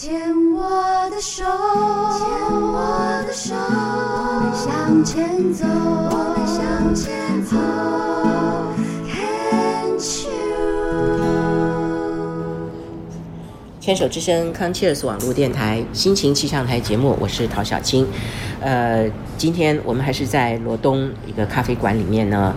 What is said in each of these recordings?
牵我的手，牵我的手，我们向前走，我们向前走。Can't you？ 牵手之声康切尔斯网络电台心情气象台节目，我是陶小青。今天我们还是在罗东一个咖啡馆里面呢，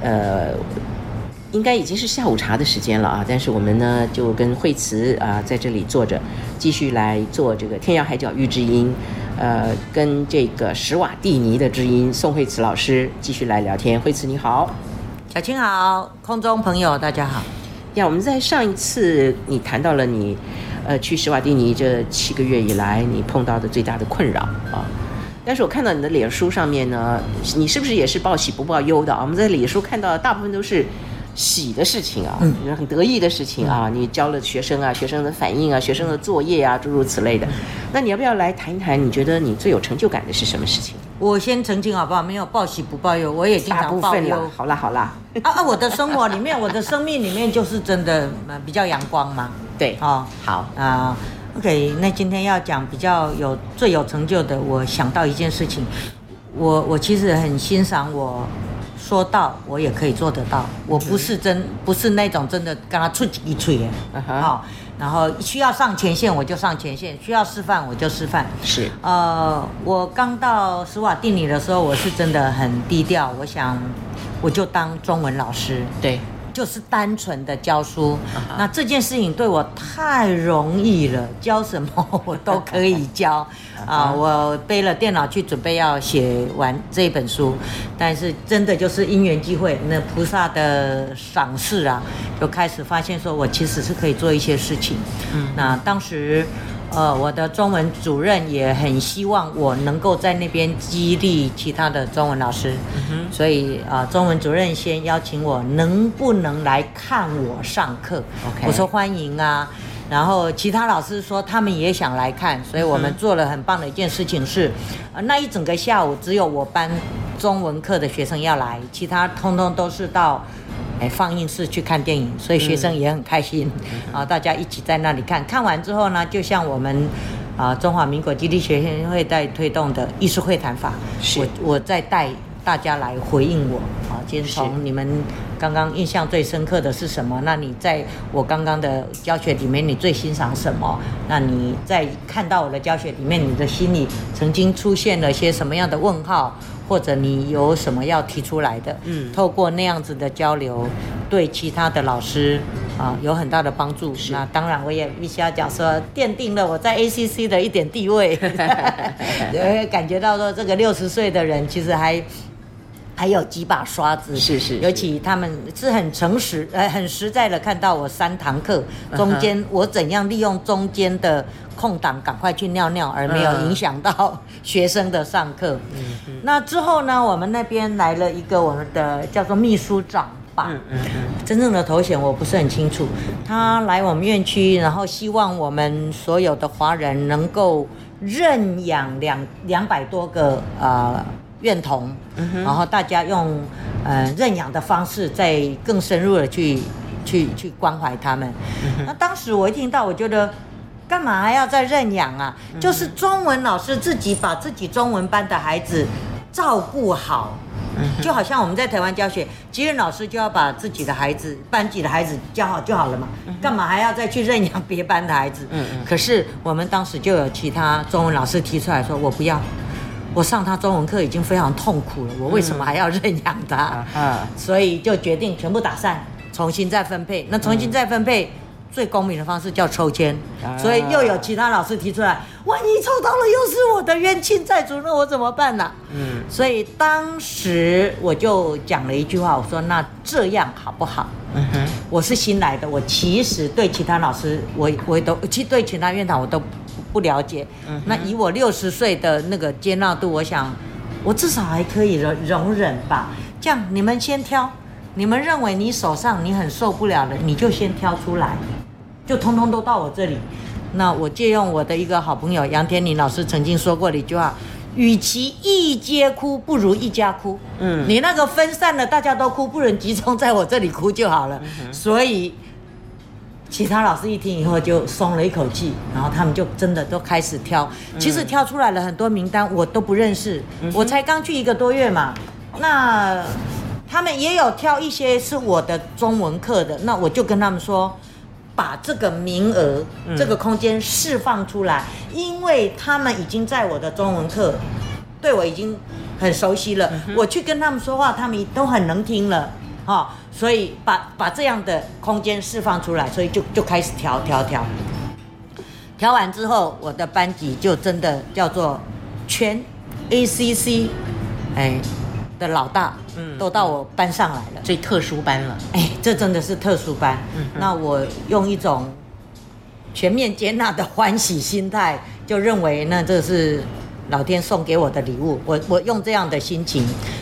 应该已经是下午茶的时间了啊，但是我们呢就跟惠慈在这里坐着，继续来做这个天涯海角遇知音，跟这个史瓦蒂尼的知音宋惠慈老师继续来聊天。惠慈你好。 小青好，空中朋友大家好。 呀，我们在上一次你谈到了你去史瓦蒂尼这7个月以来你碰到的最大的困扰啊。但是我看到你的脸书上面呢，你是不是也是报喜不报忧的啊？我们在脸书看到的大部分都是喜的事情啊，很得意的事情啊，你教了学生啊，学生的反应啊，学生的作业啊，诸如此类的。那你要不要来谈一谈，你觉得你最有成就感的是什么事情？ 我先澄清好不好？没有报喜不报忧，我也经常报忧。 好啦好啦。 我的生活里面，我的生命里面就是真的比较阳光嘛。 对， 哦， 好啊。OK， 那今天要讲比较最有成就的，我想到一件事情，我其实很欣赏我说到我也可以做得到，我不是那种真的跟他出一吹耶，好，然后需要上前线我就上前线，需要示范我就示范。 是， 我刚到史瓦蒂尼的时候，我是真的很低调，我想我就当中文老师， 对。 就是单纯的教书，那这件事情对我太容易了，教什么我都可以教啊！我背了电脑去准备要写完这一本书，但是真的就是因缘际会，那菩萨的赏识啊，就开始发现说我其实是可以做一些事情。那当时我的中文主任也很希望我能够在那边激励其他的中文老师，所以中文主任先邀请我能不能来看我上课。我说欢迎啊，然后其他老师说他们也想来看，所以我们做了很棒的一件事情是，那一整个下午只有我班中文课的学生要来，其他通通都是到放映室去看电影，所以学生也很开心大家一起在那里看完之后呢，就像我们中华民国基督学生会在推动的艺术会谈法，我在带大家来回应我今天从你们刚刚印象最深刻的是什么？那你在我刚刚的教学里面你最欣赏什么？那你在看到我的教学里面你的心里曾经出现了些什么样的问号，或者你有什么要提出来的？透过那样子的交流，对其他的老师有很大的帮助。那当然我也必须要讲说，奠定了我在 ACC 的一点地位感觉到说这个60岁的人其实还有几把刷子，是，尤其他们是很诚实、很实在的看到我3堂课中间我怎样利用中间的空档赶快去尿尿，而没有影响到学生的上课。那之后呢，我们那边来了一个我们的叫做秘书长吧，真正的头衔我不是很清楚。他来我们院区，然后希望我们所有的华人能够认养200多个院童，然后大家用认养的方式再更深入的去关怀他们。那当时我一听到，我觉得干嘛还要再认养啊？就是中文老师自己把自己中文班的孩子照顾好，就好像我们在台湾教学，基任老师就要把自己的孩子班级的孩子教好就好了嘛，干嘛还要再去认养别班的孩子？可是我们当时就有其他中文老师提出来说，我不要。我上他中文课已经非常痛苦了，我为什么还要认养他？所以就决定全部打散，重新再分配。那重新再分配，最公平的方式叫抽签。所以又有其他老师提出来，万一抽到了又是我的冤亲债主，那我怎么办呢？所以当时我就讲了一句话，我说那这样好不好？我是新来的，我其实对其他老师，我都对其他院长我都不了解。那以我60岁的那个接纳度，我想我至少还可以容忍吧。这样你们先挑，你们认为你手上你很受不了的，你就先挑出来，就通通都到我这里。那我借用我的一个好朋友杨天林老师曾经说过的一句话，与其一街哭，不如一家哭。你那个分散了大家都哭，不如集中在我这里哭就好了。所以其他老师一听以后就松了一口气，然后他们就真的都开始挑。其实挑出来了很多名单，我都不认识，我才刚去1个多月嘛。那他们也有挑一些是我的中文课的，那我就跟他们说，把这个名额、这个空间释放出来，因为他们已经在我的中文课对我已经很熟悉了，我去跟他们说话，他们都很能听了。所以把这样的空间释放出来，所以就开始调完之后，我的班级就真的叫做全 ACC 的老大，都到我班上来了， 最特殊班了。 这真的是特殊班。那我用一种全面接纳的欢喜心态，就认为那这是老天送给我的礼物。我用这样的心情。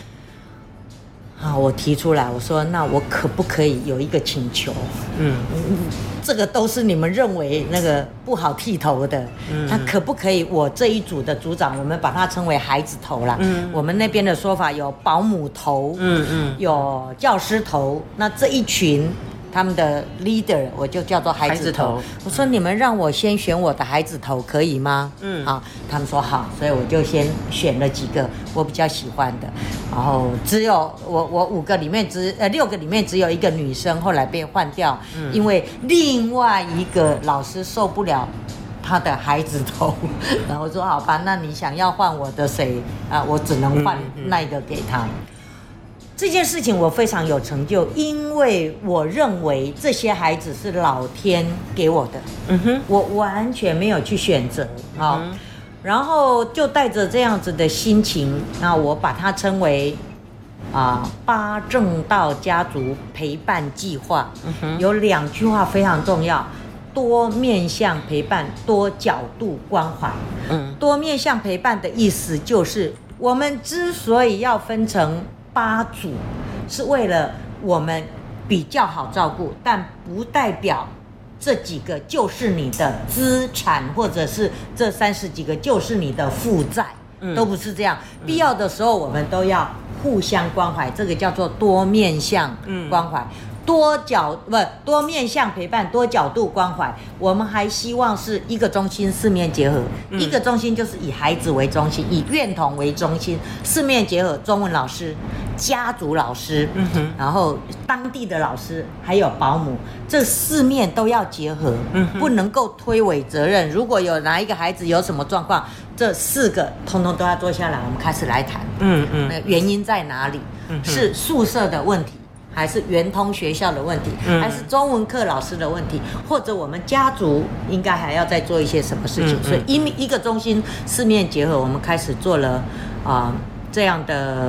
我提出来，我说那我可不可以有一个请求？这个都是你们认为那个不好剃头的，那可不可以我这一组的组长，我们把它称为孩子头啦。我们那边的说法有保姆头，有教师头，那这一群他们的 leader 我就叫做孩子头。我说你们让我先选我的孩子头可以吗？他们说好，所以我就先选了几个我比较喜欢的，然后只有我6个里面只有1个女生，后来被换掉，因为另外一个老师受不了他的孩子头，然后说好吧，那你想要换我的谁我只能换那一个给他。这件事情我非常有成就，因为我认为这些孩子是老天给我的，我完全没有去选择然后就带着这样子的心情，那我把它称为八正道家族陪伴计划。有2句话非常重要：多面向陪伴，多角度关怀。多面向陪伴的意思就是，我们之所以要分成8组，是为了我们比较好照顾，但不代表这几个就是你的资产，或者是这30几个就是你的负债，都不是这样。必要的时候我们都要互相关怀，这个叫做多面向关怀。多面向陪伴，多角度关怀。我们还希望是一个中心4面结合，一个中心就是以孩子为中心，以院童为中心，4面结合，中文老师、家族老师，然后当地的老师，还有保姆，这4面都要结合，不能够推诿责任。如果有哪一个孩子有什么状况，这4个通通都要坐下来，我们开始来谈。那原因在哪里？是宿舍的问题，还是圆通学校的问题，还是中文课老师的问题，或者我们家族应该还要再做一些什么事情？所以一个中心4面结合，我们开始做了这样的，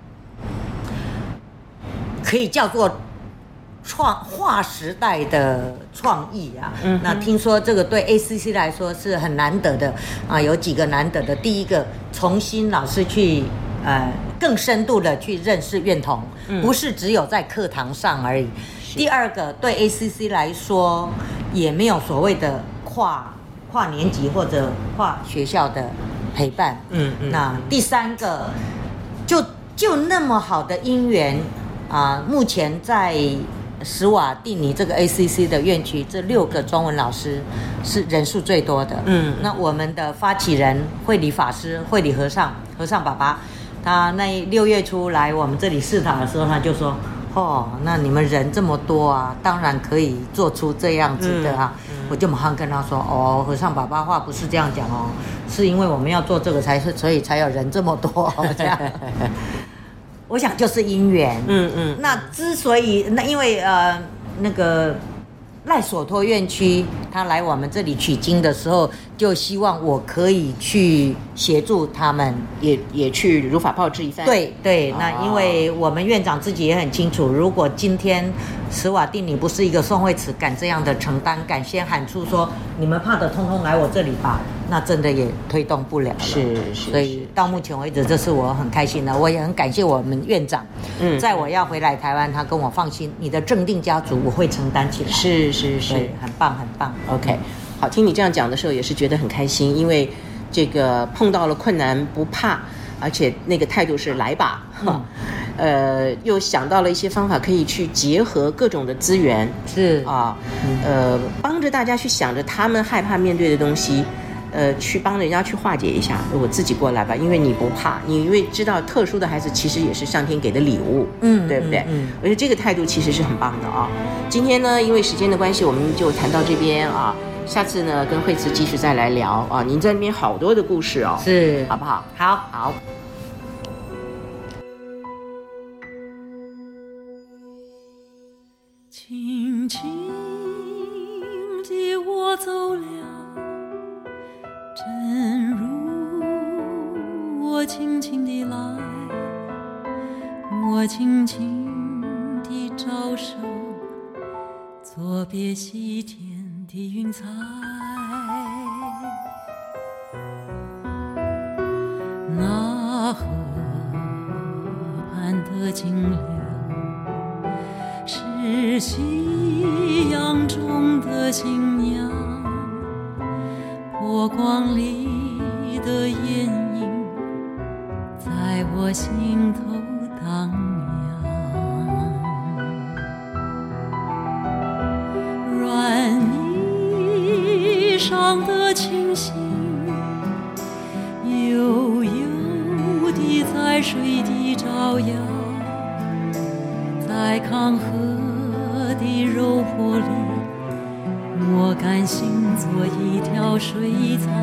可以叫做划时代的创意啊。那听说这个对 ACC 来说是很难得的有几个难得的。第一个，重新老师去更深度的去认识院童，不是只有在课堂上而已。第二个，对 ACC 来说也没有所谓的跨年级或者跨学校的陪伴。那第三个，就那么好的因缘目前在史瓦蒂尼这个 ACC 的院区，这6个中文老师是人数最多的。那我们的发起人慧理法师、慧理和尚爸爸，他那6月初来我们这里视察的时候，他就说那你们人这么多当然可以做出这样子的我就马上跟他说和尚爸爸话不是这样讲是因为我们要做这个所以才有人这么多这样我想就是因缘。那之所以因为那个赖索托院区他来我们这里取经的时候，就希望我可以去协助他们， 也去如法炮制一番。 对，那因为我们院长自己也很清楚，如果今天史瓦蒂尼不是一个宋慧慈敢这样的承担，敢先喊出说你们怕的通通来我这里吧，那真的也推动不了了。 是， 所以到目前为止，这是我很开心的，我也很感谢我们院长。在我要回来台湾，他跟我放心，你的正定家族我会承担起来。是，很棒。 OK， 好，听你这样讲的时候，也是觉得很开心，因为这个碰到了困难不怕，而且那个态度是来吧， 又想到了一些方法，可以去结合各种的资源， 是啊，帮着大家去想着他们害怕面对的东西。去帮人家去化解一下，我自己过来吧，因为你不怕，你因为知道特殊的孩子其实也是上天给的礼物，对不对？而且这个态度其实是很棒的啊。今天呢，因为时间的关系，我们就谈到这边啊。下次呢，跟惠慈继续再来聊啊。您在那边好多的故事哦， 是， 好不好？ 好。 轻轻地我走了。正如我轻轻地来，我轻轻地招手，作别西天的云彩。那河畔的金柳，是夕阳中的新娘。波光里的眼影，在我心头荡漾。软泥上的清醒，悠悠地在水底招摇，在康河的柔波里，我甘心做一条水草。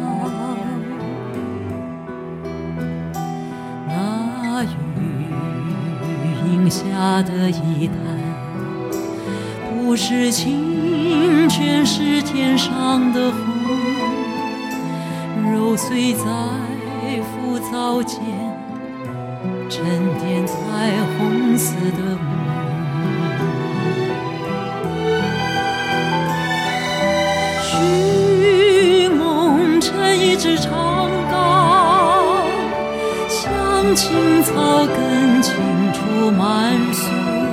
那雨荫下的一潭，不是清泉，是天上的虹，揉碎在浮藻间，沉淀彩虹似的梦。许梦成一支长篙，像青草更青处满树，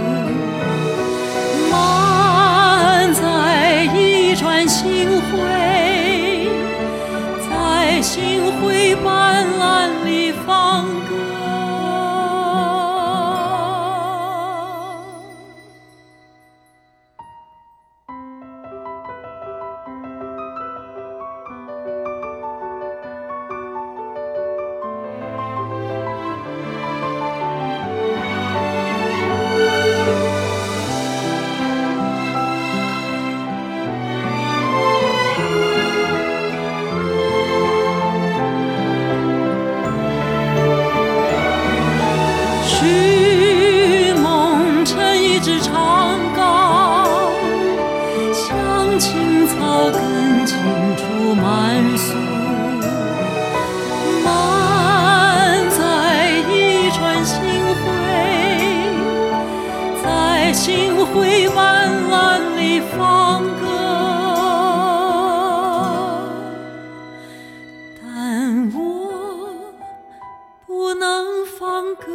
满载一船星辉，在星辉斑斓里放歌。许梦成一支长篙，像青草更青处满树，满载一船星辉，在星辉斑斓里放歌。但我不能放歌，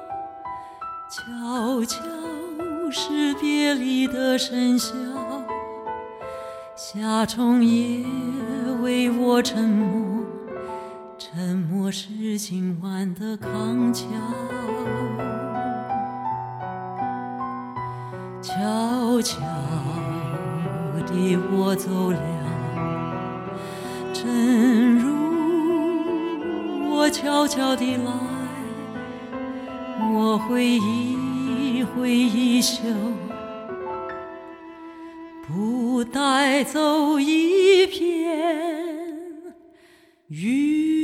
悄悄是别离的笙箫，夏虫也为我沉默，沉默是今晚的康桥。悄悄地我走了，正如我悄悄地来，我挥一挥衣袖，不带走一片云。